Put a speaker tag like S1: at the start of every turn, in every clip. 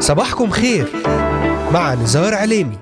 S1: صباحكم خير مع نزار عليمي.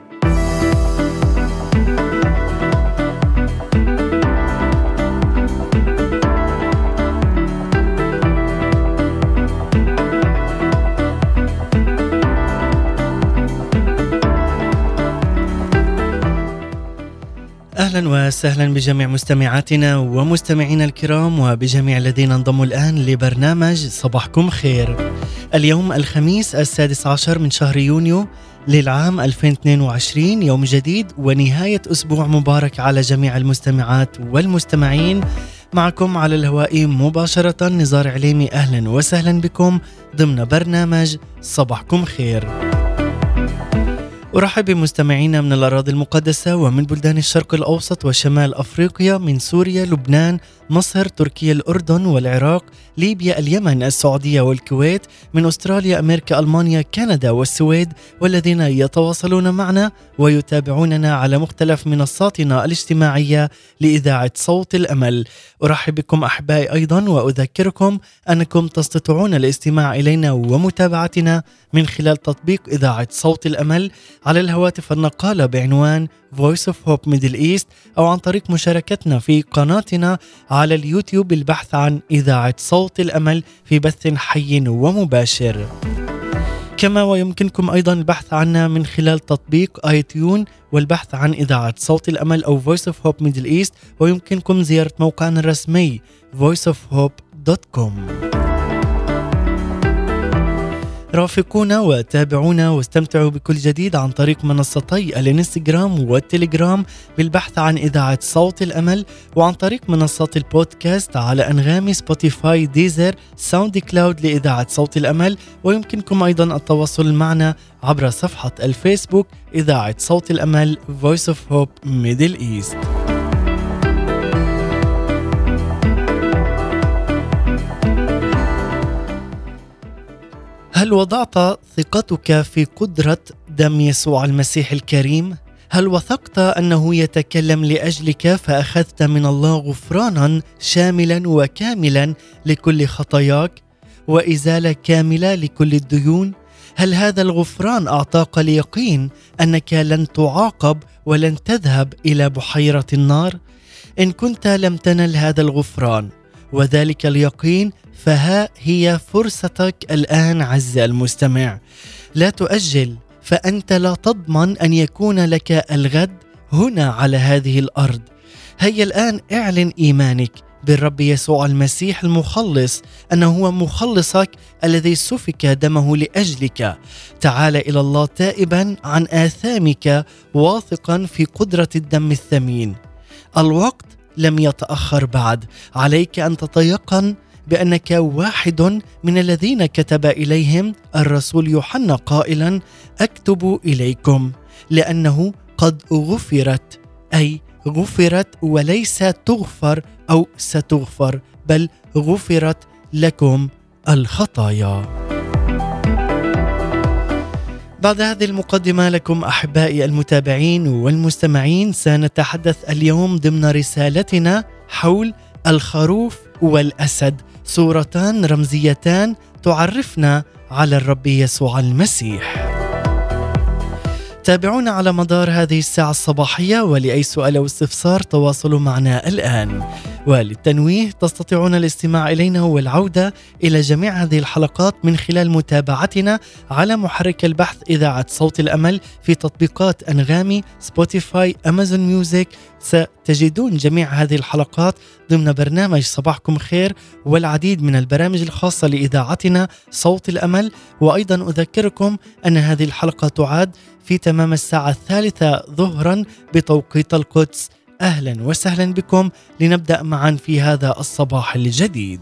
S2: أهلا وسهلا بجميع مستمعاتنا ومستمعينا الكرام وبجميع الذين انضموا الآن لبرنامج صباحكم خير. اليوم الخميس 16 من شهر يونيو للعام 2022، يوم جديد ونهاية أسبوع مبارك على جميع المستمعات والمستمعين. معكم على الهواء مباشرة نزار عليمي، أهلا وسهلا بكم ضمن برنامج صباحكم خير. أرحب بمستمعينا من الأراضي المقدسة ومن بلدان الشرق الأوسط وشمال أفريقيا، من سوريا، لبنان، مصر، تركيا، الأردن والعراق، ليبيا، اليمن، السعودية والكويت، من أستراليا، أمريكا، ألمانيا، كندا والسويد، والذين يتواصلون معنا ويتابعوننا على مختلف منصاتنا الاجتماعية لإذاعة صوت الأمل. أرحب بكم أحبائي أيضا، وأذكركم أنكم تستطيعون الاستماع إلينا ومتابعتنا من خلال تطبيق إذاعة صوت الأمل على الهواتف النقالة بعنوان Voice of Hope Middle East، أو عن طريق مشاركتنا في قناتنا على اليوتيوب بالبحث عن إذاعة صوت الأمل في بث حي ومباشر. كما ويمكنكم أيضا البحث عنا من خلال تطبيق آيتيون والبحث عن إذاعة صوت الأمل أو Voice of Hope Middle East، ويمكنكم زيارة موقعنا الرسمي voiceofhope.com. رافقونا وتابعونا واستمتعوا بكل جديد عن طريق منصتي الانستغرام والتليجرام بالبحث عن إذاعة صوت الأمل، وعن طريق منصات البودكاست على أنغامي، سبوتيفاي، ديزر، ساوند كلاود لإذاعة صوت الأمل. ويمكنكم أيضا التواصل معنا عبر صفحة الفيسبوك إذاعة صوت الأمل Voice of Hope Middle East. هل وضعت ثقتك في قدرة دم يسوع المسيح الكريم؟ هل وثقت أنه يتكلم لأجلك فأخذت من الله غفرانا شاملا وكاملا لكل خطاياك وإزالة كاملة لكل الديون؟ هل هذا الغفران أعطاك اليقين أنك لن تعاقب ولن تذهب إلى بحيرة النار؟ إن كنت لم تنل هذا الغفران وذلك اليقين، فها هي فرصتك الآن عزيزي المستمع. لا تؤجل، فأنت لا تضمن أن يكون لك الغد هنا على هذه الأرض. هيا الآن اعلن إيمانك بالرب يسوع المسيح المخلص، أنه هو مخلصك الذي سفك دمه لأجلك. تعال إلى الله تائبا عن آثامك واثقا في قدرة الدم الثمين. الوقت لم يتأخر بعد. عليك أن تتيقن بأنك واحد من الذين كتب إليهم الرسول يوحنا قائلا: أكتب إليكم لأنه قد غفرت، أي غفرت وليس تغفر أو ستغفر، بل غفرت لكم الخطايا. بعد هذه المقدمة لكم أحبائي المتابعين والمستمعين، سنتحدث اليوم ضمن رسالتنا حول الخروف والأسد، صورتان رمزيتان تعرفنا على الرب يسوع المسيح. تابعونا على مدار هذه الساعة الصباحية، ولأي سؤال أو استفسار تواصلوا معنا الآن. وللتنويه تستطيعون الاستماع إلينا والعودة إلى جميع هذه الحلقات من خلال متابعتنا على محرك البحث إذاعة صوت الأمل في تطبيقات أنغامي، سبوتيفاي، أمازون ميوزك. ستجدون جميع هذه الحلقات ضمن برنامج صباحكم خير والعديد من البرامج الخاصة لإذاعتنا صوت الأمل. وأيضا أذكركم أن هذه الحلقة تعاد في تمام الساعة 3 ظهرا بتوقيت القدس. أهلا وسهلا بكم، لنبدأ معا في هذا الصباح الجديد.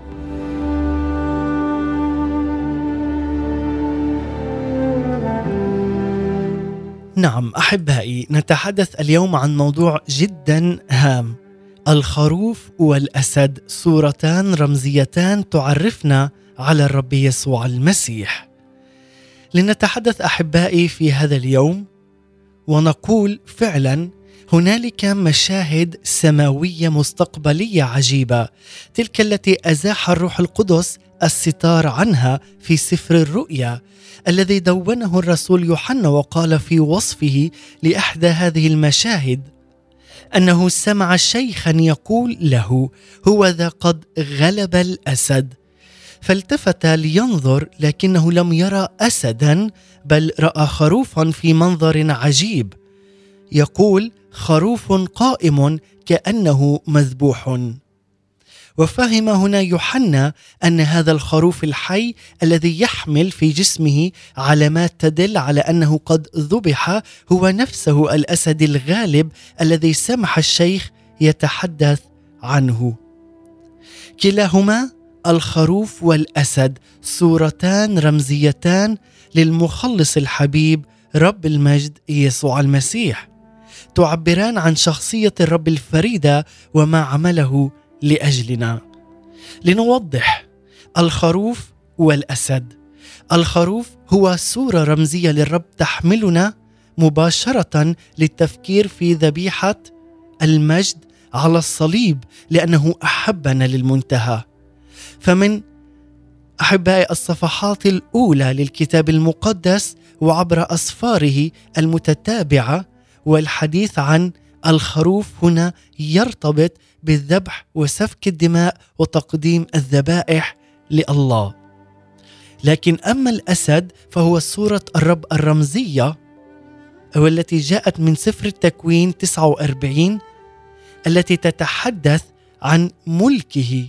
S2: نعم أحبائي، نتحدث اليوم عن موضوع جدا هام: الخروف والأسد، صورتان رمزيتان تعرفنا على الرب يسوع المسيح. لنتحدث أحبائي في هذا اليوم ونقول فعلا هنالك مشاهد سماوية مستقبلية عجيبة، تلك التي أزاح الروح القدس الستار عنها في سفر الرؤيا الذي دونه الرسول يوحنا، وقال في وصفه لإحدى هذه المشاهد أنه سمع شيخا يقول له: هوذا قد غلب الأسد. فالتفت لينظر لكنه لم يرى أسدا، بل رأى خروفا في منظر عجيب، يقول: خروف قائم كأنه مذبوح. وفهم هنا يوحنا أن هذا الخروف الحي الذي يحمل في جسمه علامات تدل على أنه قد ذبح هو نفسه الأسد الغالب الذي سمح الشيخ يتحدث عنه. كلاهما الخروف والأسد صورتان رمزيتان للمخلص الحبيب رب المجد يسوع المسيح، تعبران عن شخصية الرب الفريدة وما عمله لأجلنا. لنوضح: الخروف والأسد. الخروف هو صورة رمزية للرب تحملنا مباشرة للتفكير في ذبيحة المجد على الصليب لأنه أحبنا للمنتهى. فمن أحبائي الصفحات الأولى للكتاب المقدس وعبر أسفاره المتتابعة والحديث عن الخروف هنا يرتبط بالذبح وسفك الدماء وتقديم الذبائح لله. لكن أما الأسد فهو صورة الرب الرمزية والتي جاءت من سفر التكوين 49 التي تتحدث عن ملكه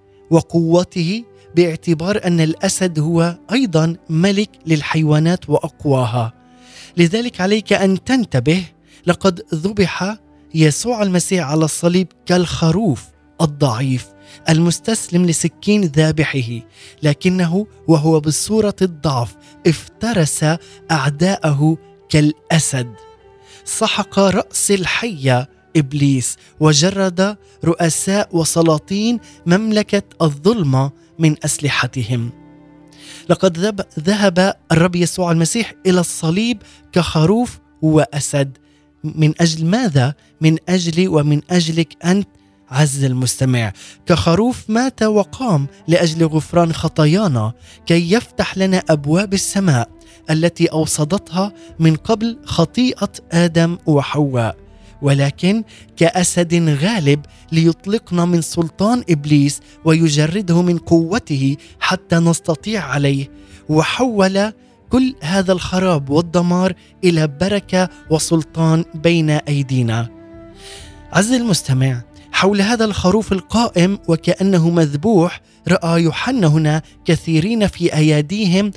S2: وقوته، باعتبار أن الأسد هو أيضا ملك للحيوانات وأقواها. لذلك عليك أن تنتبه، لقد ذبح يسوع المسيح على الصليب كالخروف الضعيف المستسلم لسكين ذابحه، لكنه وهو بصورة الضعف افترس أعداءه كالأسد، سحق رأس الحية إبليس وجرد رؤساء وسلاطين مملكة الظلمة من أسلحتهم. لقد ذهب الرب يسوع المسيح إلى الصليب كخروف وأسد. من أجل ماذا؟ من أجلي ومن أجلك أنت عز المستمع. كخروف مات وقام لأجل غفران خطايانا كي يفتح لنا أبواب السماء التي أوصدتها من قبل خطيئة آدم وحواء، ولكن كأسد غالب ليطلقنا من سلطان إبليس ويجرده من قوته حتى نستطيع عليه، وحول كل هذا الخراب والدمار إلى بركة وسلطان بين أيدينا. عز المستمع، حول هذا الخروف القائم وكأنه مذبوح رأى يوحنا هنا كثيرين في أيديهم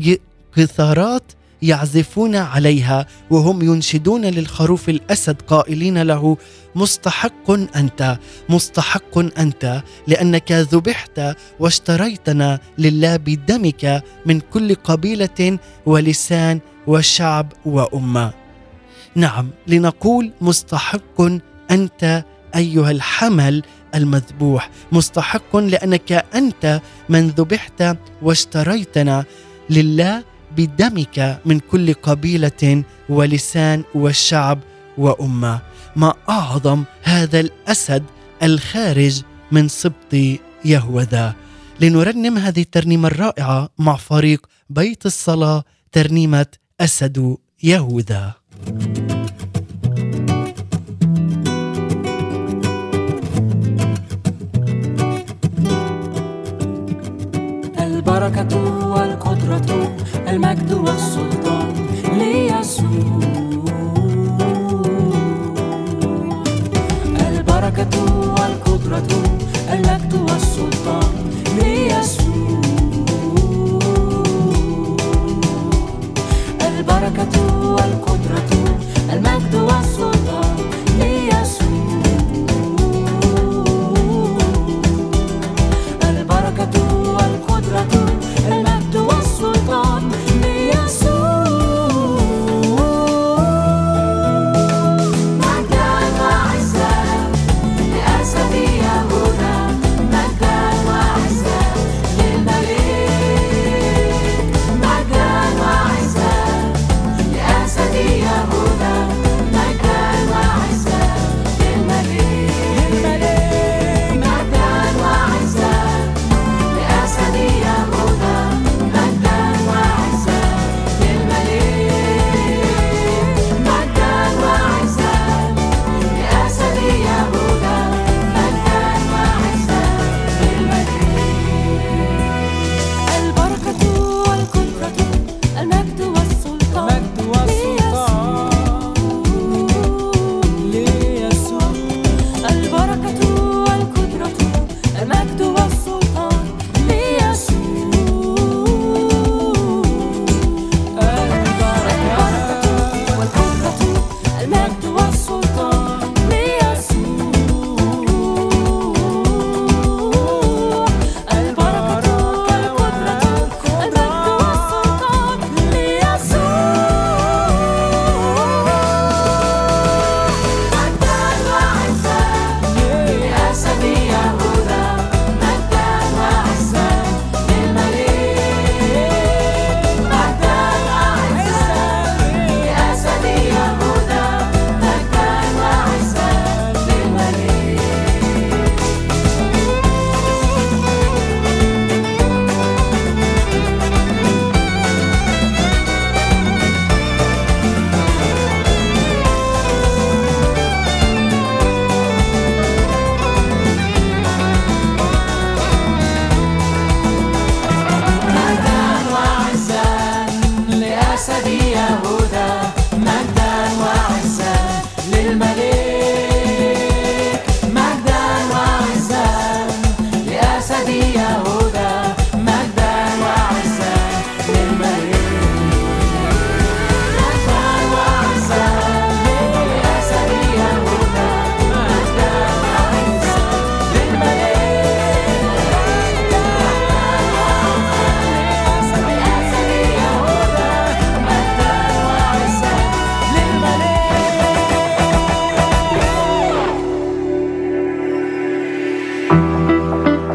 S2: قيثارات يعزفون عليها وهم ينشدون للخروف الأسد قائلين له: مستحق أنت، مستحق أنت، لأنك ذبحت واشتريتنا لله بدمك من كل قبيلة ولسان وشعب وأمة. نعم، لنقول مستحق أنت أيها الحمل المذبوح، مستحق لأنك أنت من ذبحت واشتريتنا لله بدمك من كل قبيلة ولسان والشعب وأمة. ما أعظم هذا الأسد الخارج من سبط يهوذا. لنرنم هذه الترنيمة الرائعة مع فريق بيت الصلاة، ترنيمة أسد يهوذا.
S3: البركة والقدرة المجد والسلطان ليسوع. البركة والقدرة المجد والسلطان ليسوع. البركة والقدرة المجد والسلطان ليسوع. البركة والقدرة المجد والسلطان ليسوع. مجدا وعزا لأسد يهوذا، مجدا وعزا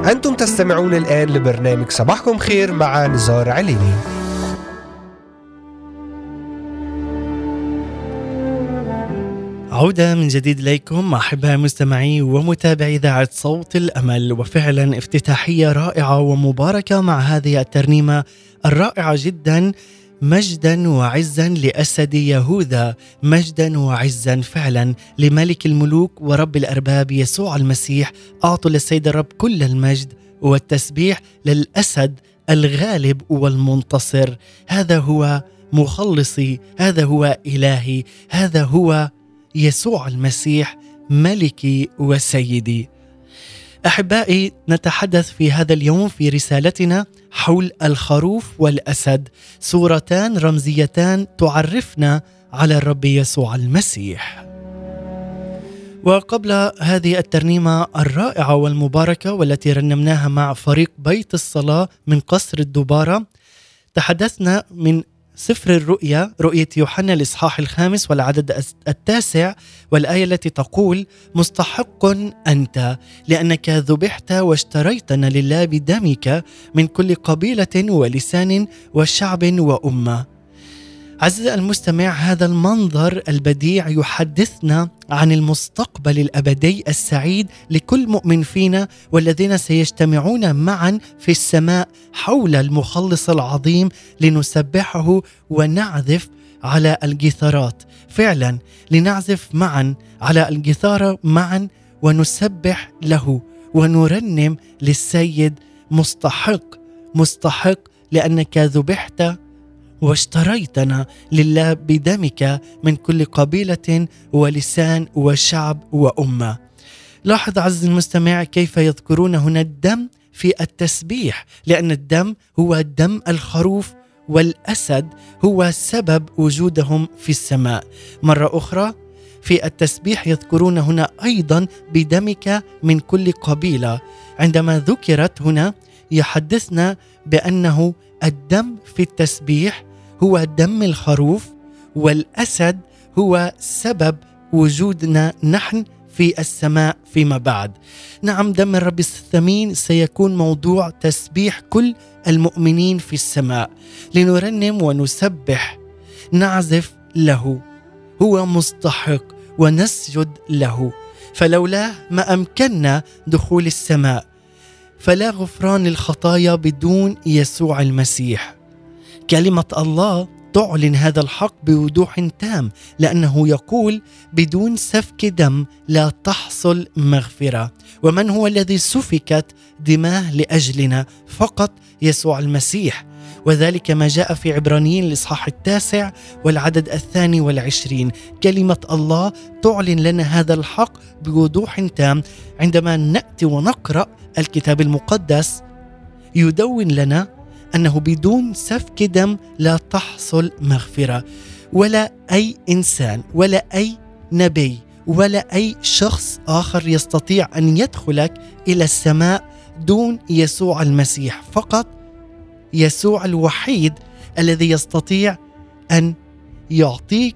S1: أنتم تستمعون الآن لبرنامج صباحكم خير مع نزار عليمي.
S2: عودة من جديد إليكم أحبائي مستمعي ومتابعي إذاعة صوت الأمل، وفعلا افتتاحية رائعة ومباركة مع هذه الترنيمة الرائعة جدا. مجدا وعزا لأسد يهوذا، مجدا وعزا فعلا لملك الملوك ورب الأرباب يسوع المسيح. أعطوا للسيد الرب كل المجد والتسبيح للأسد الغالب والمنتصر. هذا هو مخلصي، هذا هو إلهي، هذا هو يسوع المسيح ملكي وسيدي. أحبائي، نتحدث في هذا اليوم في رسالتنا حول الخروف والأسد، صورتان رمزيتان تعرفنا على الرب يسوع المسيح. وقبل هذه الترنيمة الرائعة والمباركة والتي رنمناها مع فريق بيت الصلاة من قصر الدبارة، تحدثنا من سفر الرؤيا، رؤية يوحنا الإصحاح 5 والعدد 9 والآية التي تقول: مستحق أنت لأنك ذبحت واشتريتنا لله بدمك من كل قبيلة ولسان وشعب وأمة. عزيزي المستمع، هذا المنظر البديع يحدثنا عن المستقبل الأبدي السعيد لكل مؤمن فينا، والذين سيجتمعون معا في السماء حول المخلص العظيم لنسبحه ونعزف على الجيثارات. فعلا لنعزف معا على الجيثارة معا ونسبح له ونرنم للسيد: مستحق مستحق لأنك ذبحت واشتريتنا لله بدمك من كل قبيلة ولسان وشعب وأمة. لاحظ عزيزي المستمع كيف يذكرون هنا الدم في التسبيح، لأن الدم هو دم الخروف والأسد هو سبب وجودهم في السماء. مرة أخرى في التسبيح يذكرون هنا أيضا بدمك من كل قبيلة. عندما ذكرت هنا يحدثنا بأنه الدم في التسبيح هو دم الخروف، والأسد هو سبب وجودنا نحن في السماء فيما بعد. نعم، دم الرب الثمين سيكون موضوع تسبيح كل المؤمنين في السماء، لنرنم ونسبح، نعزف له، هو مستحق ونسجد له. فلولاه ما أمكننا دخول السماء، فلا غفران للخطايا بدون يسوع المسيح. كلمة الله تعلن هذا الحق بوضوح تام، لأنه يقول: بدون سفك دم لا تحصل مغفرة. ومن هو الذي سفكت دماه لأجلنا؟ فقط يسوع المسيح، وذلك ما جاء في عبرانيين الإصحاح 9 والعدد 22. كلمة الله تعلن لنا هذا الحق بوضوح تام. عندما نأتي ونقرأ الكتاب المقدس يدون لنا أنه بدون سفك دم لا تحصل مغفرة، ولا أي إنسان ولا أي نبي ولا أي شخص آخر يستطيع أن يدخلك إلى السماء دون يسوع المسيح. فقط يسوع الوحيد الذي يستطيع أن يعطيك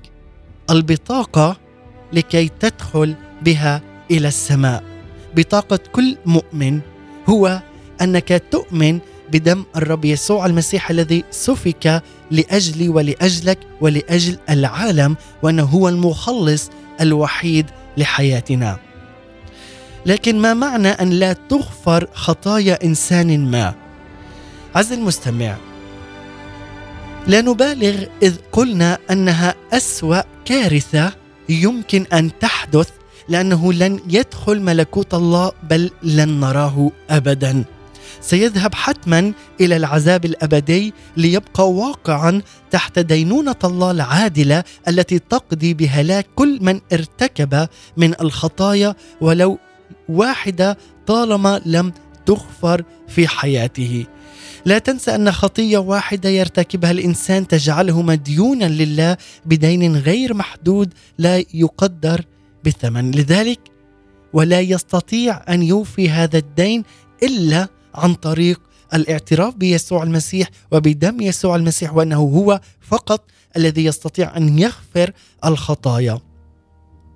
S2: البطاقة لكي تدخل بها إلى السماء. بطاقة كل مؤمن هو أنك تؤمن بدم الرب يسوع المسيح الذي سفك لأجلي ولأجلك ولأجل العالم، وأنه هو المخلص الوحيد لحياتنا. لكن ما معنى أن لا تغفر خطايا إنسان ما؟ عزيزي المستمع، لا نبالغ إذ قلنا أنها أسوأ كارثة يمكن أن تحدث، لأنه لن يدخل ملكوت الله، بل لن نراه أبدا. سيذهب حتما إلى العذاب الأبدي ليبقى واقعا تحت دينونة الله العادلة التي تقضي بهلاك كل من ارتكب من الخطايا ولو واحدة طالما لم تغفر في حياته. لا تنسى أن خطية واحدة يرتكبها الإنسان تجعله مديونا لله بدين غير محدود لا يقدر بثمن. لذلك ولا يستطيع أن يوفي هذا الدين إلا عن طريق الاعتراف بيسوع المسيح وبدم يسوع المسيح، وأنه هو فقط الذي يستطيع أن يغفر الخطايا.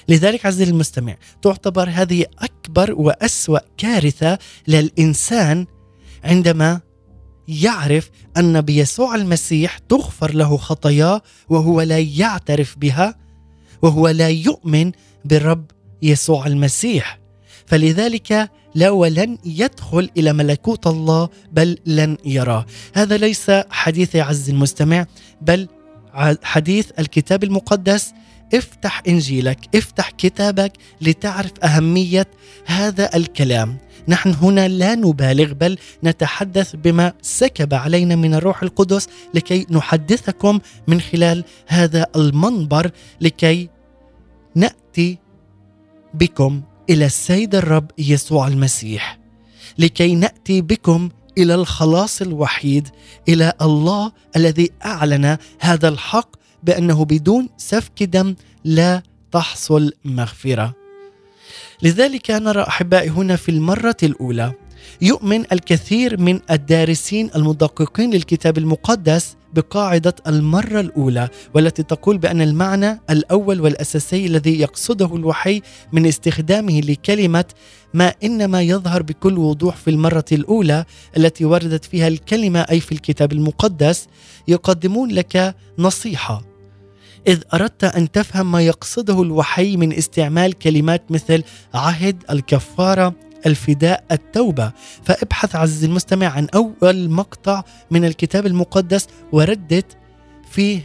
S2: لذلك عزيزي المستمع، تعتبر هذه أكبر وأسوأ كارثة للإنسان عندما يعرف أن بيسوع المسيح تغفر له خطاياه وهو لا يعترف بها، وهو لا يؤمن بالرب يسوع المسيح. فلذلك لا ولن يدخل إلى ملكوت الله، بل لن يراه. هذا ليس حديث عز المستمع، بل حديث الكتاب المقدس. افتح إنجيلك، افتح كتابك لتعرف أهمية هذا الكلام. نحن هنا لا نبالغ، بل نتحدث بما سكب علينا من الروح القدس لكي نحدثكم من خلال هذا المنبر، لكي نأتي بكم إلى السيد الرب يسوع المسيح، لكي نأتي بكم إلى الخلاص الوحيد، إلى الله الذي أعلن هذا الحق بأنه بدون سفك دم لا تحصل مغفرة. لذلك نرى أحبائي هنا في المرة الأولى يؤمن الكثير من الدارسين المدققين للكتاب المقدس بقاعدة المرة الأولى، والتي تقول بأن المعنى الأول والأساسي الذي يقصده الوحي من استخدامه لكلمة ما إنما يظهر بكل وضوح في المرة الأولى التي وردت فيها الكلمة، أي في الكتاب المقدس. يقدمون لك نصيحة إذ أردت أن تفهم ما يقصده الوحي من استعمال كلمات مثل عهد، الكفارة، الفداء، التوبة، فابحث عزيزي المستمع عن أول مقطع من الكتاب المقدس وردد فيه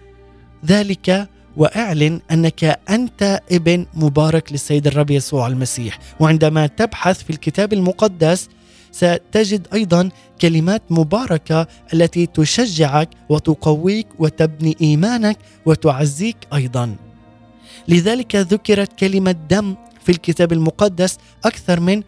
S2: ذلك، واعلن أنك أنت ابن مبارك للسيد الرب يسوع المسيح. وعندما تبحث في الكتاب المقدس ستجد أيضا كلمات مباركة التي تشجعك وتقويك وتبني إيمانك وتعزيك أيضا. لذلك ذكرت كلمة دم في الكتاب المقدس أكثر من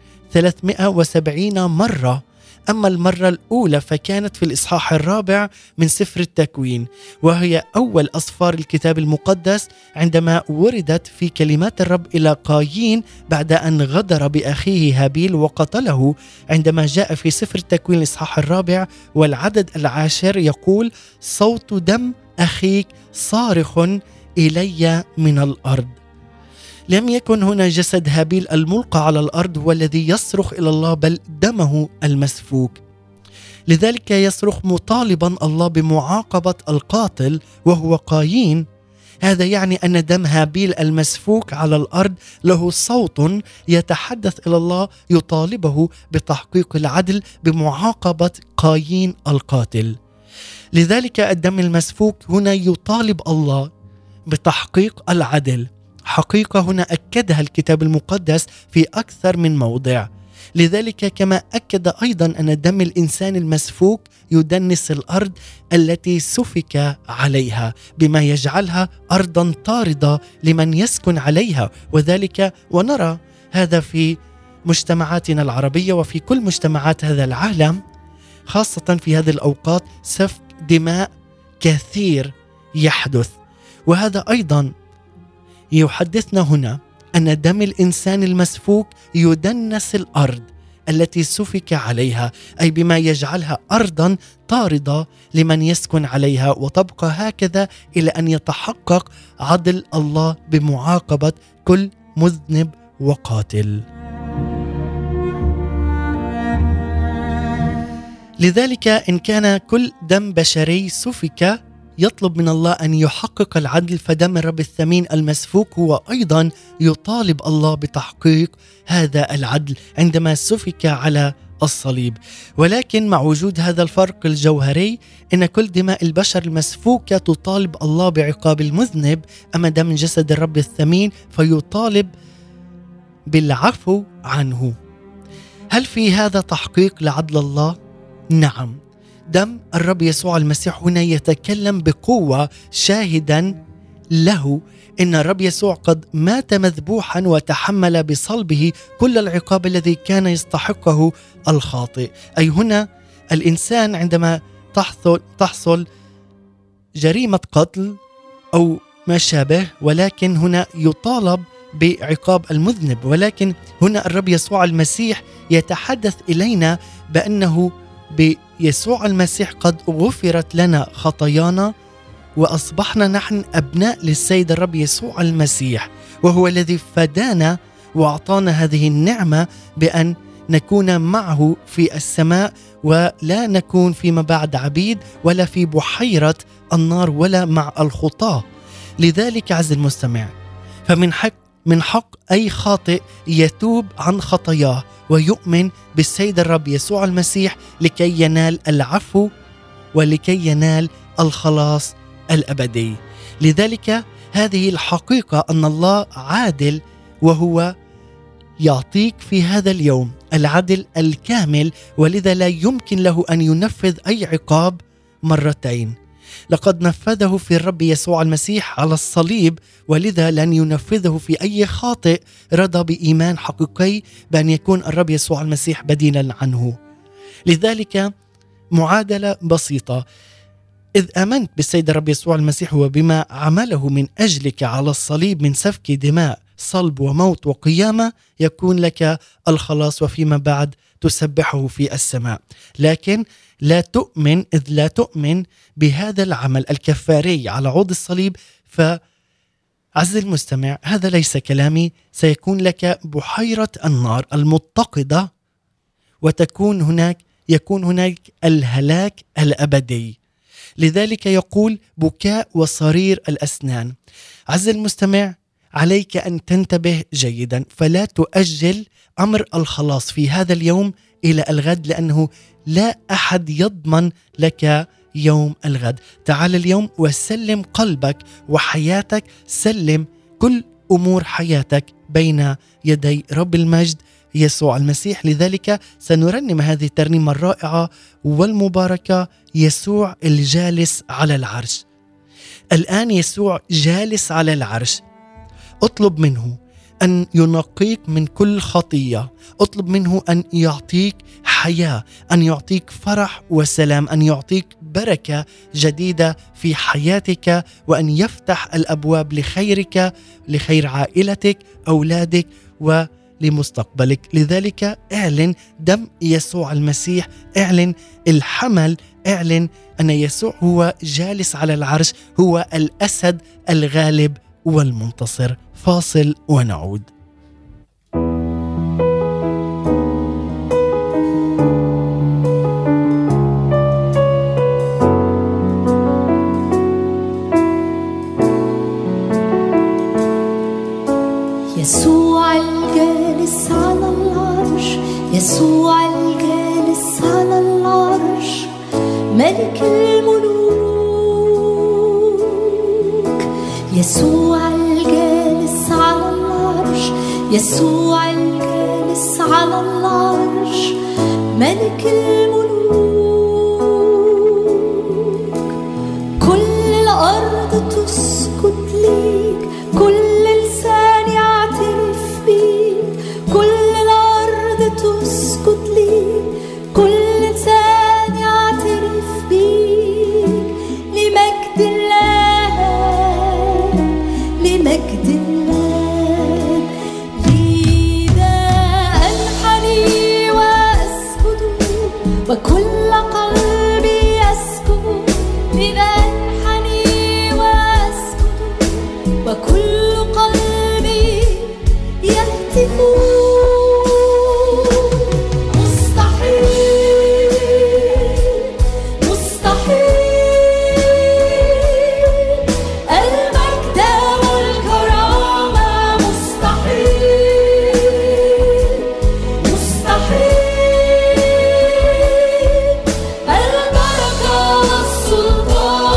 S2: 370 مرة. أما المرة الأولى فكانت في الإصحاح 4 من سفر التكوين، وهي أول أسفار الكتاب المقدس، عندما وردت في كلمات الرب إلى قايين بعد أن غدر بأخيه هابيل وقتله. عندما جاء في سفر التكوين الإصحاح 4 والعدد 10 يقول: صوت دم أخيك صارخ إلي من الأرض. لم يكن هنا جسد هابيل الملقى على الأرض هو الذي يصرخ إلى الله، بل دمه المسفوك. لذلك يصرخ مطالبا الله بمعاقبة القاتل وهو قايين. هذا يعني أن دم هابيل المسفوك على الأرض له صوت يتحدث إلى الله يطالبه بتحقيق العدل بمعاقبة قايين القاتل. لذلك الدم المسفوك هنا يطالب الله بتحقيق العدل، حقيقة هنا أكدها الكتاب المقدس في أكثر من موضع. لذلك كما أكد أيضا أن دم الإنسان المسفوك يدنس الأرض التي سفك عليها، بما يجعلها أرضا طاردة لمن يسكن عليها. وذلك ونرى هذا في مجتمعاتنا العربية وفي كل مجتمعات هذا العالم، خاصة في هذه الأوقات سفك دماء كثير يحدث. وهذا أيضا يحدثنا هنا أن دم الإنسان المسفوك يدنس الأرض التي سفك عليها، أي بما يجعلها أرضا طاردة لمن يسكن عليها، وتبقى هكذا إلى أن يتحقق عدل الله بمعاقبة كل مذنب وقاتل. لذلك إن كان كل دم بشري سفك يطلب من الله أن يحقق العدل، فدم الرب الثمين المسفوك هو أيضا يطالب الله بتحقيق هذا العدل عندما سفك على الصليب. ولكن مع وجود هذا الفرق الجوهري، إن كل دماء البشر المسفوكة تطالب الله بعقاب المذنب، أما دم جسد الرب الثمين فيطالب بالعفو عنه. هل في هذا تحقيق لعدل الله؟ نعم. دم الرب يسوع المسيح هنا يتكلم بقوة شاهدا له إن الرب يسوع قد مات مذبوحا وتحمل بصلبه كل العقاب الذي كان يستحقه الخاطئ. أي هنا الإنسان عندما تحصل جريمة قتل أو ما شابه، ولكن هنا يطالب بعقاب المذنب. ولكن هنا الرب يسوع المسيح يتحدث إلينا بأنه بيسوع المسيح قد غفرت لنا خطايانا وأصبحنا نحن أبناء للسيد الرب يسوع المسيح، وهو الذي فدانا وأعطانا هذه النعمة بأن نكون معه في السماء، ولا نكون فيما بعد عبيد ولا في بحيرة النار ولا مع الخطاة. لذلك عز المستمع، فمن حق أي خاطئ يتوب عن خطاياه ويؤمن بالسيد الرب يسوع المسيح لكي ينال العفو ولكي ينال الخلاص الأبدي. لذلك هذه الحقيقة أن الله عادل، وهو يعطيك في هذا اليوم العدل الكامل، ولذا لا يمكن له أن ينفذ أي عقاب مرتين. لقد نفذه في الرب يسوع المسيح على الصليب، ولذا لن ينفذه في أي خاطئ رضى بإيمان حقيقي بأن يكون الرب يسوع المسيح بديلا عنه. لذلك معادلة بسيطة: إذ آمنت بالسيد الرب يسوع المسيح وبما عمله من أجلك على الصليب من سفك دماء، صلب وموت وقيامة، يكون لك الخلاص وفيما بعد تسبحه في السماء. لكن لا تؤمن، إذ لا تؤمن بهذا العمل الكفاري على عود الصليب، فعز المستمع، هذا ليس كلامي، سيكون لك بحيرة النار المتقدة، يكون هناك الهلاك الأبدي. لذلك يقول بكاء وصرير الأسنان. عز المستمع، عليك أن تنتبه جيدا، فلا تؤجل أمر الخلاص في هذا اليوم إلى الغد، لأنه لا أحد يضمن لك يوم الغد. تعال اليوم وسلم قلبك وحياتك، سلم كل أمور حياتك بين يدي رب المجد يسوع المسيح. لذلك سنرنم هذه الترنيمة الرائعة والمباركة: يسوع الجالس على العرش. الآن يسوع جالس على العرش، اطلب منه أن ينقيك من كل خطية، اطلب منه أن يعطيك حياة، أن يعطيك فرح وسلام، أن يعطيك بركة جديدة في حياتك، وأن يفتح الأبواب لخيرك، لخير عائلتك، أولادك ولمستقبلك. لذلك اعلن دم يسوع المسيح، اعلن الحمل، اعلن أن يسوع هو جالس على العرش، هو الأسد الغالب والمنتصر. فاصل ونعود.
S3: يسوع الجالس على العرش، يسوع الجالس على العرش، ملك الملوك. يسوع الجالس على العرش، يسوع الجالس على العرش، ملك الملوك. كل الأرض تسجد ليك، كل لسان يعترف بيك، كل الأرض تسجد ليك، كل لسان يعترف بيك. لمجد الله، لمجد الله، لذا أنحني وأسجد وكل قلبي يسجد. لذا أنحني وأسجد وكل قلبي يهتف. مستحيل، مستحيل، المجد والكرامة مستحيل، مستحيل، البركة والسلطان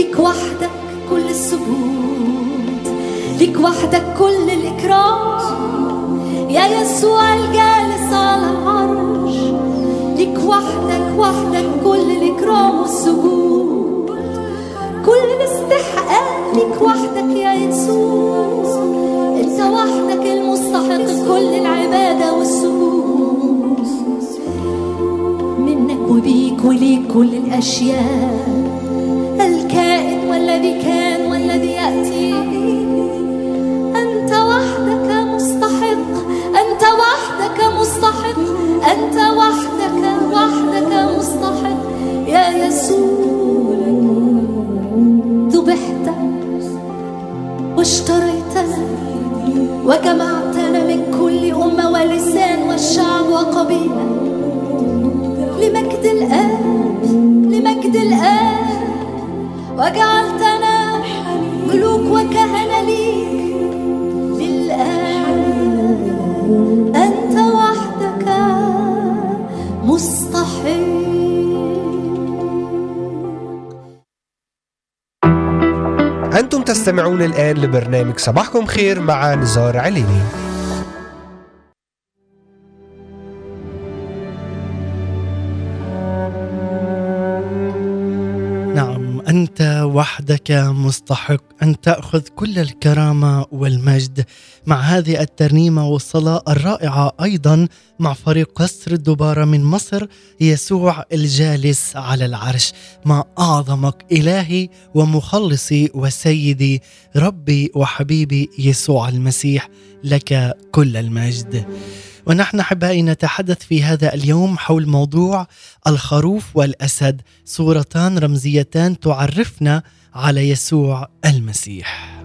S3: ليك وحدك كل السجود، ليك وحدك كل الإكرام يا يسوع الجالس على العرش. ليك وحدك كل الإكرام والسجود، كل الاستحقاق ليك وحدك يا يسوع. انت وحدك المستحق كل العبادة والسجود، منك وبيك وليك كل الأشياء، الكائن والذي كان والذي يأتي. أنت وحدك مستحق، أنت وحدك مستحق، أنت وحدك مستحق يا يسوع. ذبحت واشتريتنا وجمعتنا من كل أمة ولسان والشعب وقبيلة لمجد الآب، لمجد الآب، وجعلتنا ملوك وكهنة ليك للآب. أنت وحدك مستحق.
S1: أنتم تستمعون الآن لبرنامج صباحكم خير مع نزار عليني.
S2: نعم، أنت وحدك مستحق أن تأخذ كل الكرامة والمجد. مع هذه الترنيمة والصلاة الرائعة أيضا مع فريق قصر الدبارة من مصر، يسوع الجالس على العرش. ما أعظمك إلهي ومخلصي وسيدي ربي وحبيبي يسوع المسيح، لك كل المجد. ونحن أحبائي نتحدث في هذا اليوم حول موضوع الخروف والأسد، صورتان رمزيتان تعرفنا على يسوع المسيح.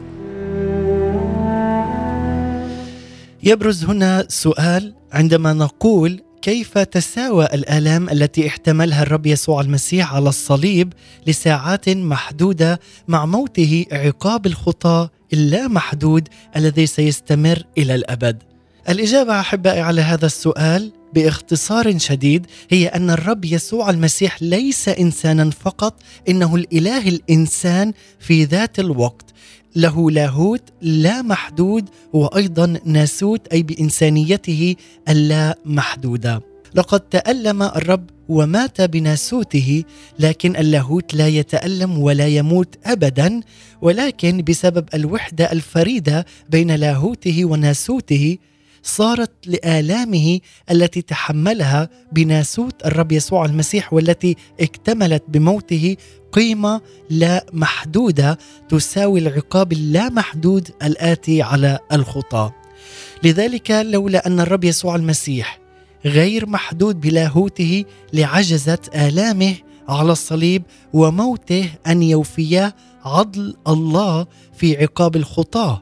S2: يبرز هنا سؤال عندما نقول كيف تساوى الآلام التي احتملها الرب يسوع المسيح على الصليب لساعات محدودة مع موته عقاب الخطاة اللامحدود الذي سيستمر إلى الأبد. الإجابة أحبائي على هذا السؤال باختصار شديد هي أن الرب يسوع المسيح ليس إنسانا فقط، إنه الإله الإنسان في ذات الوقت، له لاهوت لا محدود وأيضا ناسوت، أي بإنسانيته اللا محدودة. لقد تألم الرب ومات بناسوته، لكن اللاهوت لا يتألم ولا يموت أبدا، ولكن بسبب الوحدة الفريدة بين لاهوته وناسوته صارت لآلامه التي تحملها بناسوت الرب يسوع المسيح والتي اكتملت بموته قيمة لا محدودة تساوي العقاب اللامحدود الآتي على الخطاة. لذلك لولا أن الرب يسوع المسيح غير محدود بلاهوته لعجزت آلامه على الصليب وموته أن يوفيا عدل الله في عقاب الخطاة.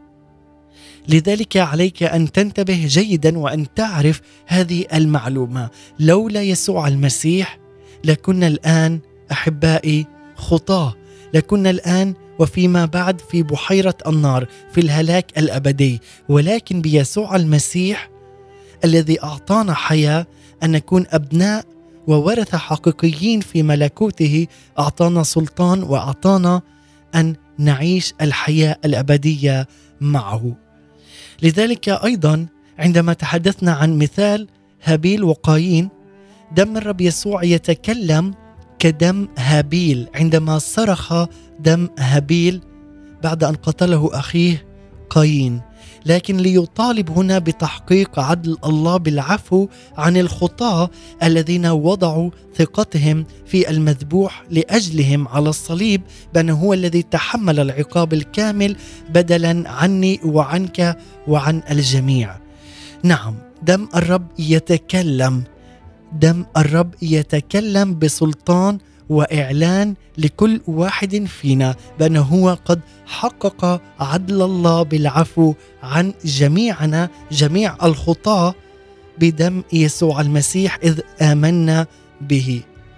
S2: لذلك عليك أن تنتبه جيدا وأن تعرف هذه المعلومة. لولا يسوع المسيح لكنا الآن أحبائي خطاة، لكنا الآن وفيما بعد في بحيرة النار في الهلاك الأبدي، ولكن بيسوع المسيح الذي أعطانا حياة أن نكون أبناء وورثة حقيقيين في ملكوته، أعطانا سلطان وأعطانا أن نعيش الحياة الأبدية معه. لذلك أيضا عندما تحدثنا عن مثال هابيل وقايين، دم الرب يسوع يتكلم كدم هابيل عندما صرخ دم هابيل بعد أن قتله أخيه قايين، لكن ليطالب هنا بتحقيق عدل الله بالعفو عن الخطاة الذين وضعوا ثقتهم في المذبوح لأجلهم على الصليب، بأنه هو الذي تحمل العقاب الكامل بدلا عني وعنك وعن الجميع. نعم، دم الرب يتكلم، دم الرب يتكلم بسلطان وإعلان لكل واحد فينا بأنه هو قد حقق عدل الله بالعفو عن جميعنا جميع الخطاة بدم يسوع المسيح إذ آمنا به.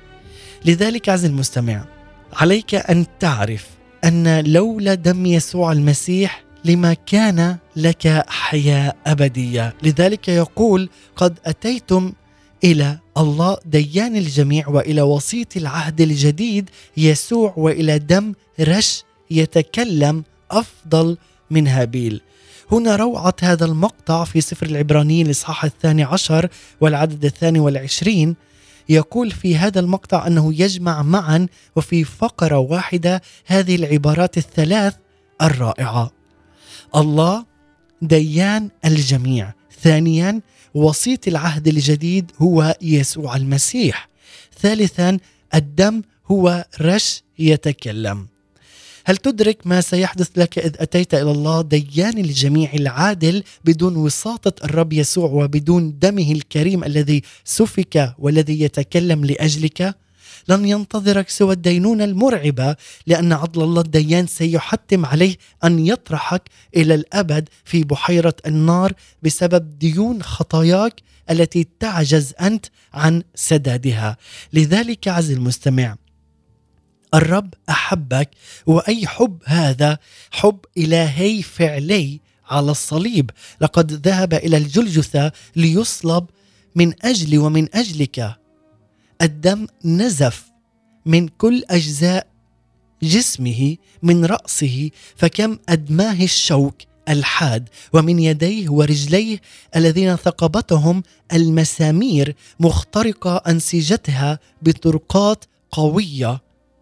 S2: لذلك عزيزي المستمع، عليك أن تعرف أن لولا دم يسوع المسيح لما كان لك حياة أبدية. لذلك يقول قد أتيتم إلى الله ديان الجميع، وإلى وسيط العهد الجديد يسوع، وإلى دم رش يتكلم أفضل من هابيل. هنا روعة هذا المقطع في سفر العبرانيين الإصحاح 12 والعدد 22. يقول في هذا المقطع أنه يجمع معا وفي فقرة واحدة هذه العبارات الثلاث الرائعة: الله ديان الجميع، ثانيا وسيط العهد الجديد هو يسوع المسيح، ثالثا الدم هو رش يتكلم. هل تدرك ما سيحدث لك إذ أتيت إلى الله ديان الجميع العادل بدون وساطة الرب يسوع وبدون دمه الكريم الذي سفك والذي يتكلم لأجلك؟ لن ينتظرك سوى الدينونة المرعبة، لأن عدل الله الديان سيحتم عليه أن يطرحك إلى الأبد في بحيرة النار بسبب ديون خطاياك التي تعجز أنت عن سدادها. لذلك عز المستمع، الرب أحبك، وأي حب هذا؟ حب إلهي فعلي على الصليب. لقد ذهب إلى الجلجثة ليصلب من أجلي ومن أجلك. الدم نزف من كل أجزاء جسمه من رأسه، فكم أدماه الشوك الحاد، ومن يديه ورجليه الذين ثقبتهم المسامير مخترقة أنسجتها بطرقات قوية.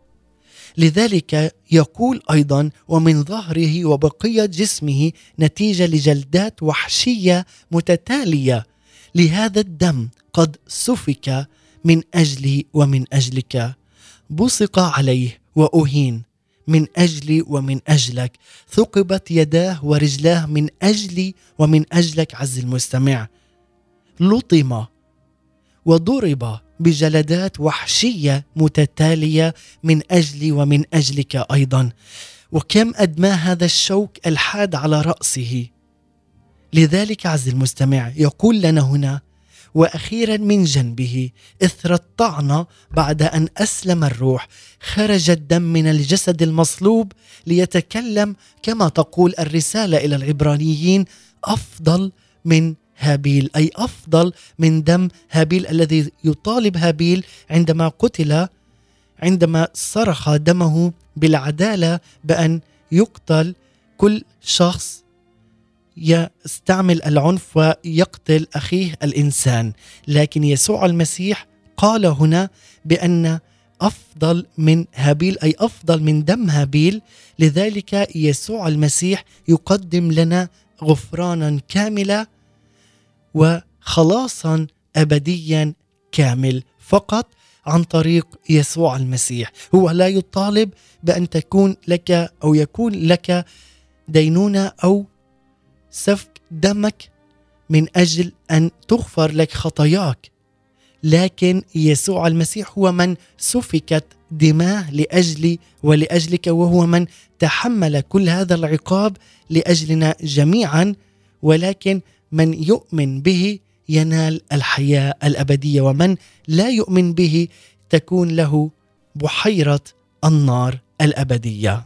S2: لذلك يقول أيضا: ومن ظهره وبقية جسمه نتيجة لجلدات وحشية متتالية. لهذا الدم قد سفك من أجلي ومن أجلك، بصق عليه وأهين من أجلي ومن أجلك، ثقبت يداه ورجلاه من أجلي ومن أجلك عز المستمع، لطم وضرب بجلدات وحشية متتالية من أجلي ومن أجلك أيضا. وكم أدمى هذا الشوك الحاد على رأسه. لذلك عز المستمع يقول لنا هنا: وأخيرا من جنبه إثر الطعنة بعد أن أسلم الروح خرج الدم من الجسد المصلوب ليتكلم، كما تقول الرسالة إلى العبرانيين: أفضل من هابيل، أي أفضل من دم هابيل الذي يطالب هابيل عندما قتل، عندما صرخ دمه بالعدالة بأن يقتل كل شخص يستعمل العنف ويقتل أخيه الإنسان. لكن يسوع المسيح قال هنا بأن أفضل من هابيل، أي أفضل من دم هابيل. لذلك يسوع المسيح يقدم لنا غفرانا كاملا وخلاصا أبديا كامل فقط عن طريق يسوع المسيح. هو لا يطالب بأن تكون لك أو يكون لك دينونة أو سفك دمك من أجل أن تغفر لك خطاياك، لكن يسوع المسيح هو من سفكت دماء لأجلي ولأجلك، وهو من تحمل كل هذا العقاب لأجلنا جميعا. ولكن من يؤمن به ينال الحياة الأبدية، ومن لا يؤمن به تكون له بحيرة النار الأبدية.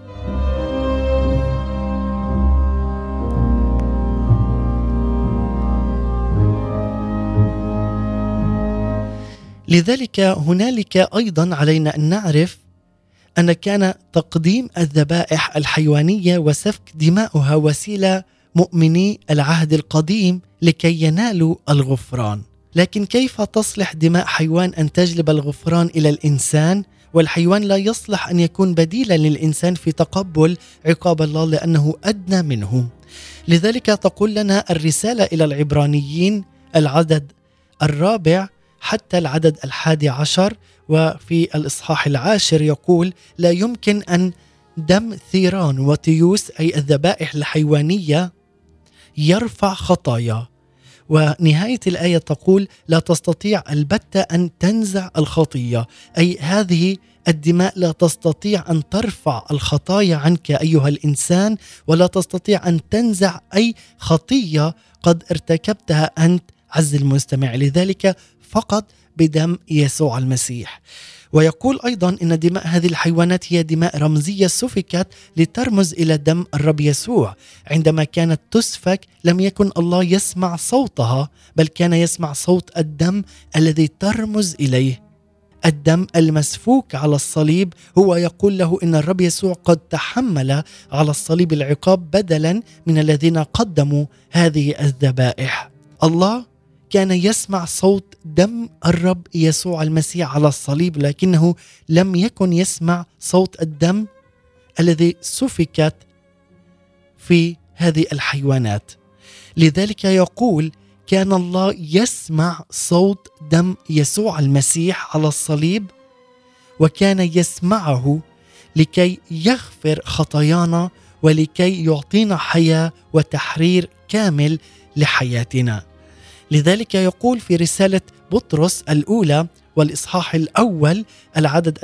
S2: لذلك هنالك أيضا علينا أن نعرف أن كان تقديم الذبائح الحيوانية وسفك دماؤها وسيلة مؤمني العهد القديم لكي ينالوا الغفران. لكن كيف تصلح دماء حيوان أن تجلب الغفران إلى الإنسان؟ والحيوان لا يصلح أن يكون بديلا للإنسان في تقبل عقاب الله لأنه أدنى منه. لذلك تقول لنا الرسالة إلى العبرانيين العدد 4 حتى العدد 11 وفي الإصحاح 10 يقول: لا يمكن أن دم ثيران وتيوس أي الذبائح الحيوانية يرفع خطايا. ونهاية الآية تقول: لا تستطيع البتة أن تنزع الخطية، أي هذه الدماء لا تستطيع أن ترفع الخطايا عنك أيها الإنسان، ولا تستطيع أن تنزع أي خطية قد ارتكبتها أنت عز المستمع. لذلك فقط بدم يسوع المسيح. ويقول أيضا إن دماء هذه الحيوانات هي دماء رمزية سفكت لترمز إلى دم الرب يسوع. عندما كانت تسفك لم يكن الله يسمع صوتها، بل كان يسمع صوت الدم الذي ترمز إليه. الدم المسفوك على الصليب هو يقول له إن الرب يسوع قد تحمل على الصليب العقاب بدلا من الذين قدموا هذه الذبائح. الله كان يسمع صوت دم الرب يسوع المسيح على الصليب، لكنه لم يكن يسمع صوت الدم الذي سفكت في هذه الحيوانات. لذلك يقول كان الله يسمع صوت دم يسوع المسيح على الصليب، وكان يسمعه لكي يغفر خطايانا ولكي يعطينا حياة وتحرير كامل لحياتنا. لذلك يقول في رسالة بطرس الأولى والإصحاح الأول العدد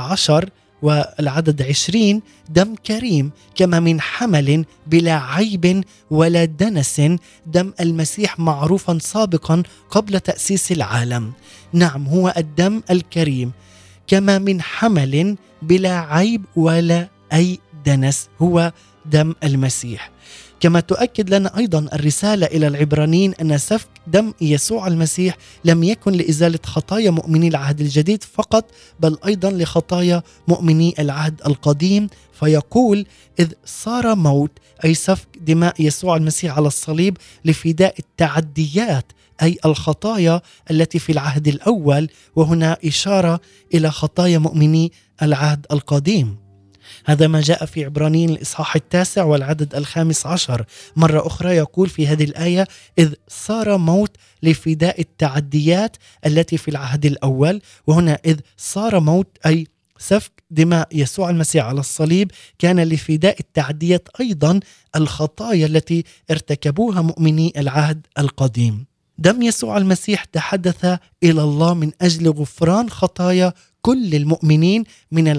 S2: 19 والعدد 20: دم كريم كما من حمل بلا عيب ولا دنس، دم المسيح معروفا سابقا قبل تأسيس العالم. نعم، هو الدم الكريم كما من حمل بلا عيب ولا أي دنس، هو دم المسيح. كما تؤكد لنا أيضا الرسالة إلى العبرانيين أن سفك دم يسوع المسيح لم يكن لإزالة خطايا مؤمني العهد الجديد فقط، بل أيضا لخطايا مؤمني العهد القديم. فيقول إذ صار موت، أي سفك دماء يسوع المسيح على الصليب لفداء التعديات، أي الخطايا التي في العهد الأول، وهنا إشارة إلى خطايا مؤمني العهد القديم. هذا ما جاء في عبرانيين الإصحاح 9 والعدد 15. مرة أخرى يقول في هذه الآية إذ صار موت لفداء التعديات التي في العهد الأول، وهنا إذ صار موت أي سفك دماء يسوع المسيح على الصليب كان لفداء التعديات، أيضا الخطايا التي ارتكبوها مؤمني العهد القديم. دم يسوع المسيح تحدث إلى الله من أجل غفران خطايا كل المؤمنين من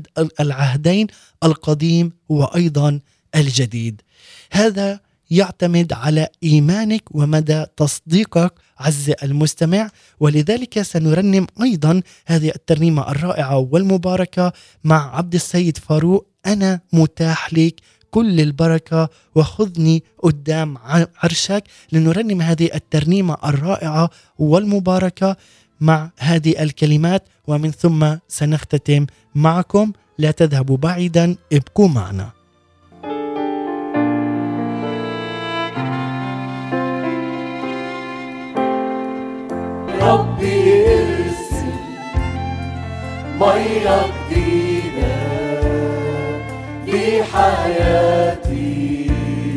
S2: العهدين القديم وأيضا الجديد. هذا يعتمد على إيمانك ومدى تصديقك عز المستمع، ولذلك سنرنم أيضا هذه الترنيمة الرائعة والمباركة مع عبد السيد فاروق: أنا متاح لك كل البركة وخذني قدام عرشك. لنرنم هذه الترنيمة الرائعة والمباركة مع هذه الكلمات، ومن ثم سنختتم معكم. لا تذهبوا بعيدا، ابقوا معنا.
S4: ربي ارسل مية جديدة في حياتي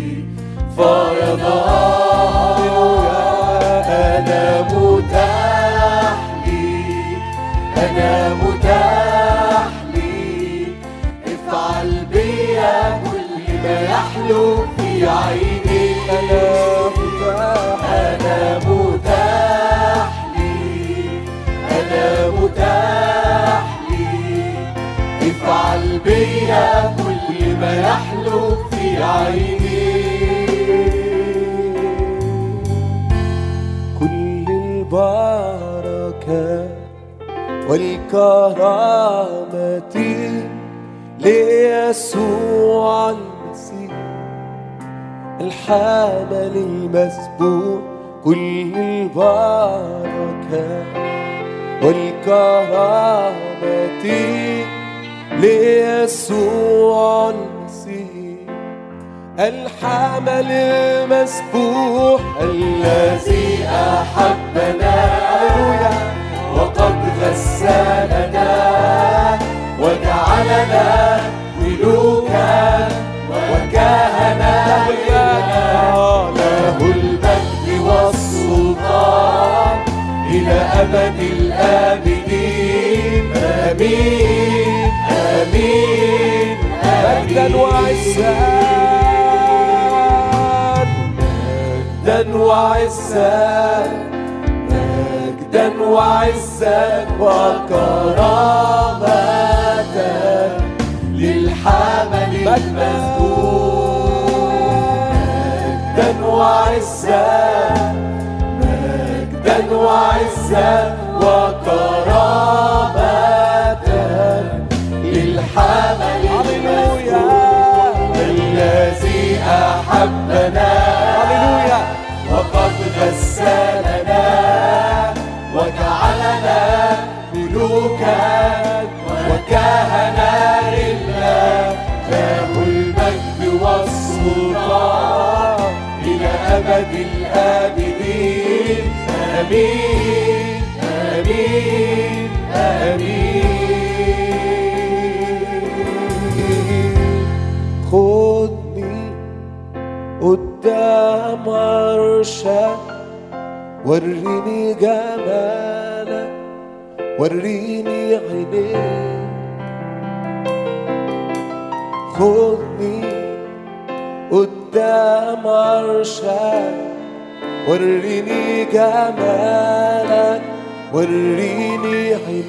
S4: فيضاء، أنا متاح لي، أنا متاح لي، افعل بيا كل ما يحلو في عيني. أنا متاح، أنا متاح لي، أنا متاح لي، افعل بيا كل ما يحلو في عيني. كل البركة والكرامة ليسوع المسيح الحامل المسبوح. كل البركة والكرامة ليسوع المسيح الحامل المسبوح، الذي أحبنا وقد غسلنا وجعلنا ملوكا وكهنة له المجد والسلطان إلى أبد الآبدين. آمين آمين مجدا وعزا، مجدا وعزا، مجدا وعزا وكرامة للحامل المسبوح. مجدا وعزا، مجدا وعزا وكرامة سلطان إلى أبد الآبدين. آمين آمين آمين. خدني قدام عرشك، وريني جمالك، وريني عينيك. خدني قدام عرشك، وريني جمالك، وريني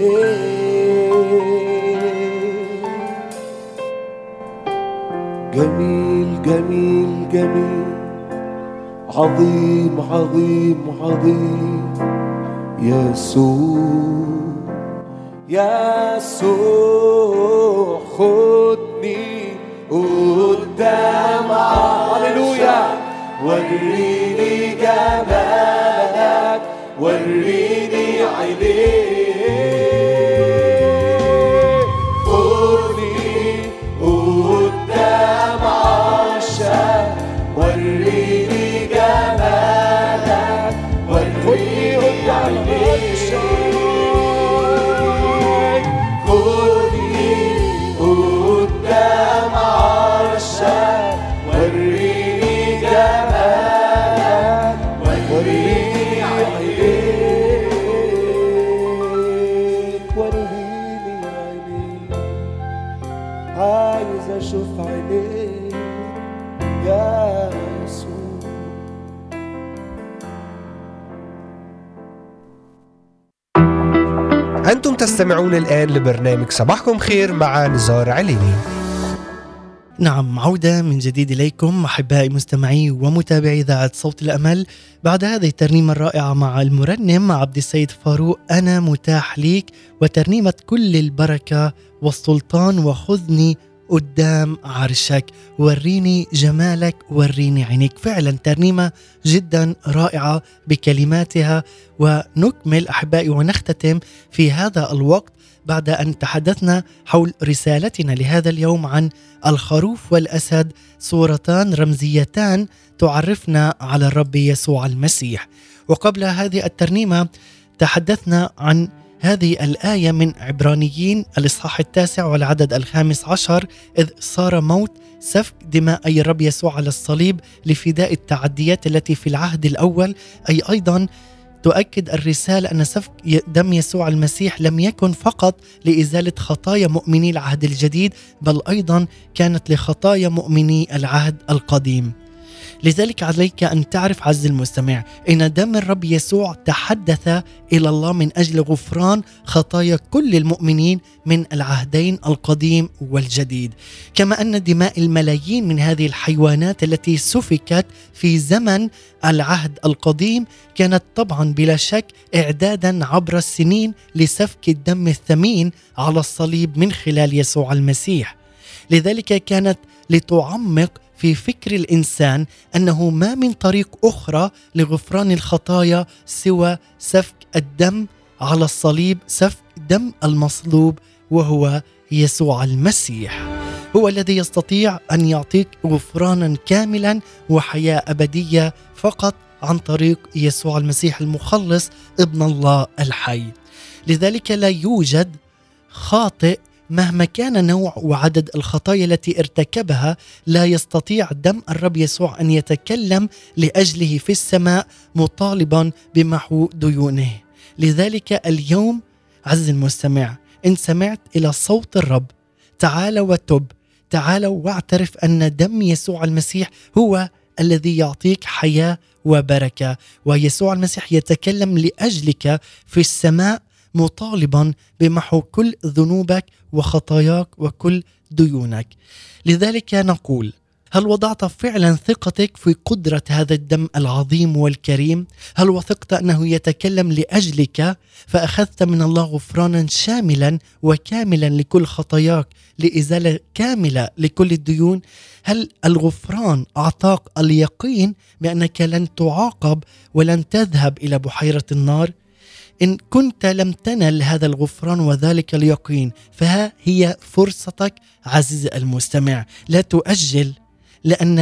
S4: عينيك. جميل جميل جميل، عظيم عظيم عظيم، يسوع يسوع. خدني قدام هللويا، وريني جمالك، وريني عينيك. خدني قدام عرشك، وريني جمالك، وريني عينيك. خدني قدام عرشك، وريني جمالك، وريني عينيك. وريني عينيك، عايز اشوف عينيك يا يسوع.
S1: أنتم تستمعون الآن لبرنامج صباحكم خير مع نزار عليني.
S2: نعم، عودة من جديد إليكم أحبائي مستمعي ومتابعي إذاعة صوت الأمل بعد هذه الترنيمة الرائعة مع المرنم عبد السيد فاروق، أنا متاح ليك، وترنيمة كل البركة والسلطان، وخذني قدام عرشك، وريني جمالك، وريني عينيك. فعلا ترنيمة جدا رائعة بكلماتها. ونكمل أحبائي ونختتم في هذا الوقت بعد أن تحدثنا حول رسالتنا لهذا اليوم عن الخروف والأسد، صورتان رمزيتان تعرفنا على الرب يسوع المسيح. وقبل هذه الترنيمة تحدثنا عن هذه الآية من عبرانيين الإصحاح 9 والعدد 15، إذ صار موت سفك دماء أي الرب يسوع على الصليب لفداء التعديات التي في العهد الأول. أي أيضا تؤكد الرسالة أن سفك دم يسوع المسيح لم يكن فقط لإزالة خطايا مؤمني العهد الجديد، بل أيضا كانت لخطايا مؤمني العهد القديم. لذلك عليك أن تعرف عز المستمع إن دم الرب يسوع تحدث إلى الله من أجل غفران خطايا كل المؤمنين من العهدين القديم والجديد، كما أن دماء الملايين من هذه الحيوانات التي سفكت في زمن العهد القديم كانت طبعا بلا شك إعدادا عبر السنين لسفك الدم الثمين على الصليب من خلال يسوع المسيح. لذلك كانت لتعمق في فكر الإنسان أنه ما من طريق أخرى لغفران الخطايا سوى سفك الدم على الصليب، سفك دم المصلوب، وهو يسوع المسيح. هو الذي يستطيع أن يعطيك غفرانا كاملا وحياة أبدية فقط عن طريق يسوع المسيح المخلص ابن الله الحي. لذلك لا يوجد خاطئ مهما كان نوع وعدد الخطايا التي ارتكبها، لا يستطيع دم الرب يسوع أن يتكلم لأجله في السماء مطالبا بمحو ديونه. لذلك اليوم عز المستمع، إن سمعت إلى صوت الرب تعال وتب، تعال واعترف أن دم يسوع المسيح هو الذي يعطيك حياة وبركة، ويسوع المسيح يتكلم لأجلك في السماء مطالبا بمحو كل ذنوبك وخطاياك وكل ديونك. لذلك نقول: هل وضعت فعلا ثقتك في قدرة هذا الدم العظيم والكريم؟ هل وثقت أنه يتكلم لأجلك فأخذت من الله غفرانا شاملا وكاملا لكل خطاياك، لإزالة كاملة لكل الديون؟ هل الغفران أعطاك اليقين بأنك لن تعاقب ولن تذهب إلى بحيرة النار؟ إن كنت لم تنل هذا الغفران وذلك اليقين، فها هي فرصتك عزيزي المستمع. لا تؤجل، لأن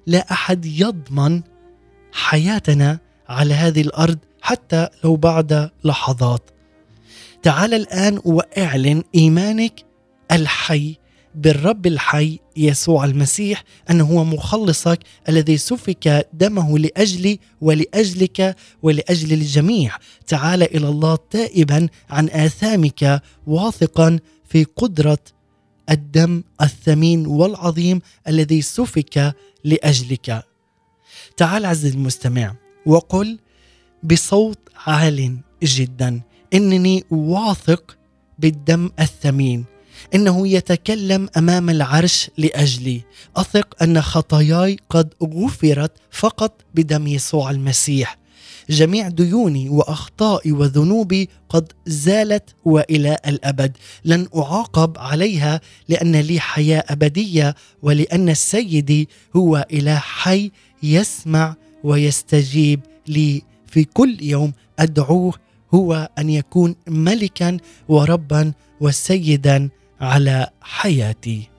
S2: لا أحد يضمن حياتنا على هذه الأرض حتى لو بعد لحظات. تعال الآن وأعلن إيمانك الحي بالرب الحي يسوع المسيح، أنه هو مخلصك الذي سفك دمه لأجلي ولأجلك ولأجل الجميع. تعال إلى الله تائبا عن آثامك، واثقا في قدرة الدم الثمين والعظيم الذي سفك لأجلك. تعال عزيزي المستمع وقل بصوت عال جدا: إنني واثق بالدم الثمين، إنه يتكلم أمام العرش لأجلي. أثق أن خطاياي قد غفرت فقط بدم يسوع المسيح. جميع ديوني وأخطائي وذنوبي قد زالت وإلى الأبد، لن أعاقب عليها لأن لي حياة أبدية، ولأن سيدي هو إله حي يسمع ويستجيب لي في كل يوم. أدعوه هو أن يكون ملكا وربا وسيدا على حياتي.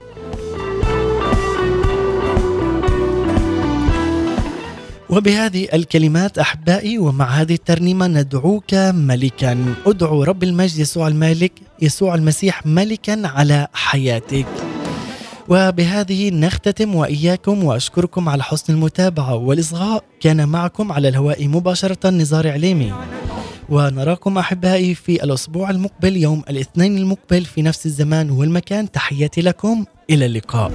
S2: وبهذه الكلمات أحبائي ومع هذه الترنيمة ندعوك ملكا. ادعو رب المجد يسوع الملك يسوع المسيح ملكا على حياتك. وبهذه نختتم وإياكم وأشكركم على حسن المتابعة والإصغاء. كان معكم على الهواء مباشرة نزار عليمي، ونراكم أحبائي في الأسبوع المقبل يوم الاثنين المقبل في نفس الزمان والمكان. تحياتي لكم، إلى اللقاء.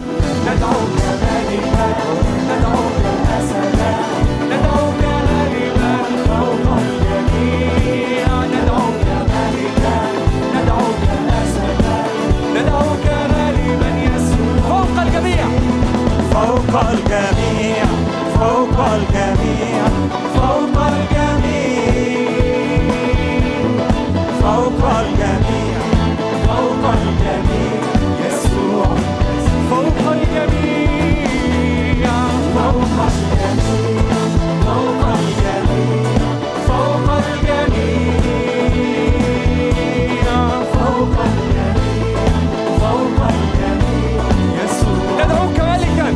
S5: فوق الجميع فوق الجميع فوق الجميع فوق الجميع فوق الجميع يسوع فوق الجميع فوق الجميع فوق الجميع فوق الجميع فوق الجميع فوق الجميع يسوع. ندعوك ملكا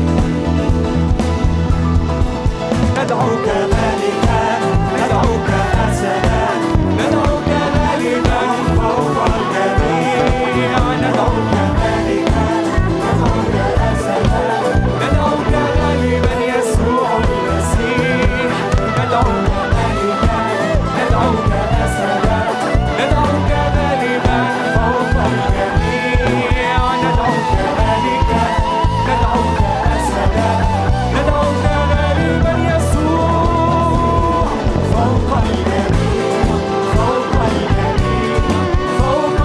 S5: ندعوك ملكا ندعوك أسدا ندعوك ملكا فوق الجميع ندعوك ملكا ندعوك أسدا ندعوك غالبا يسوع المسيح ندعوك ملكا ندعوك أسدا ندعوك غالبا فوق الجميع ندعوك ملكا ندعوك أسدا ندعوك غالبا يسوع فوق الجميع فوق الجميع فوق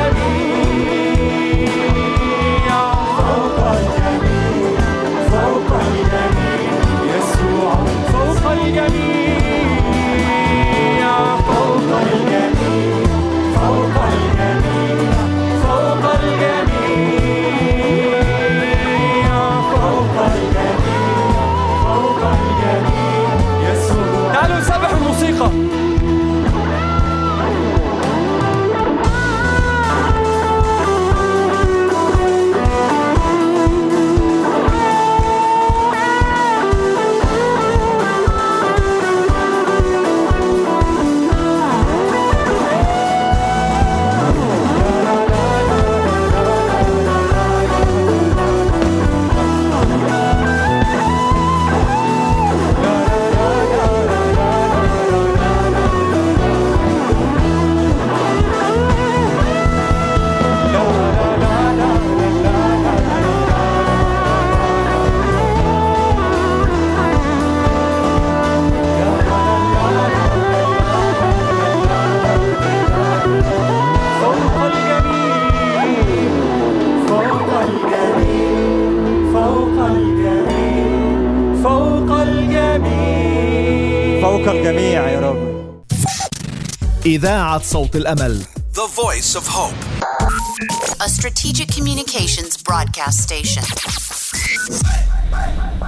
S5: الجميع فوق الجميع فوق الجميع يسوع فوق الجميع فوق الجميع فوق الجميع فوق الجميع فوق الجميع فوق الجميع يسوع. تعالوا نسبح الموسيقى. فوق الجميع يا رب.
S6: إذاعة صوت الأمل.
S7: The Voice of Hope.
S8: A strategic communications broadcast station.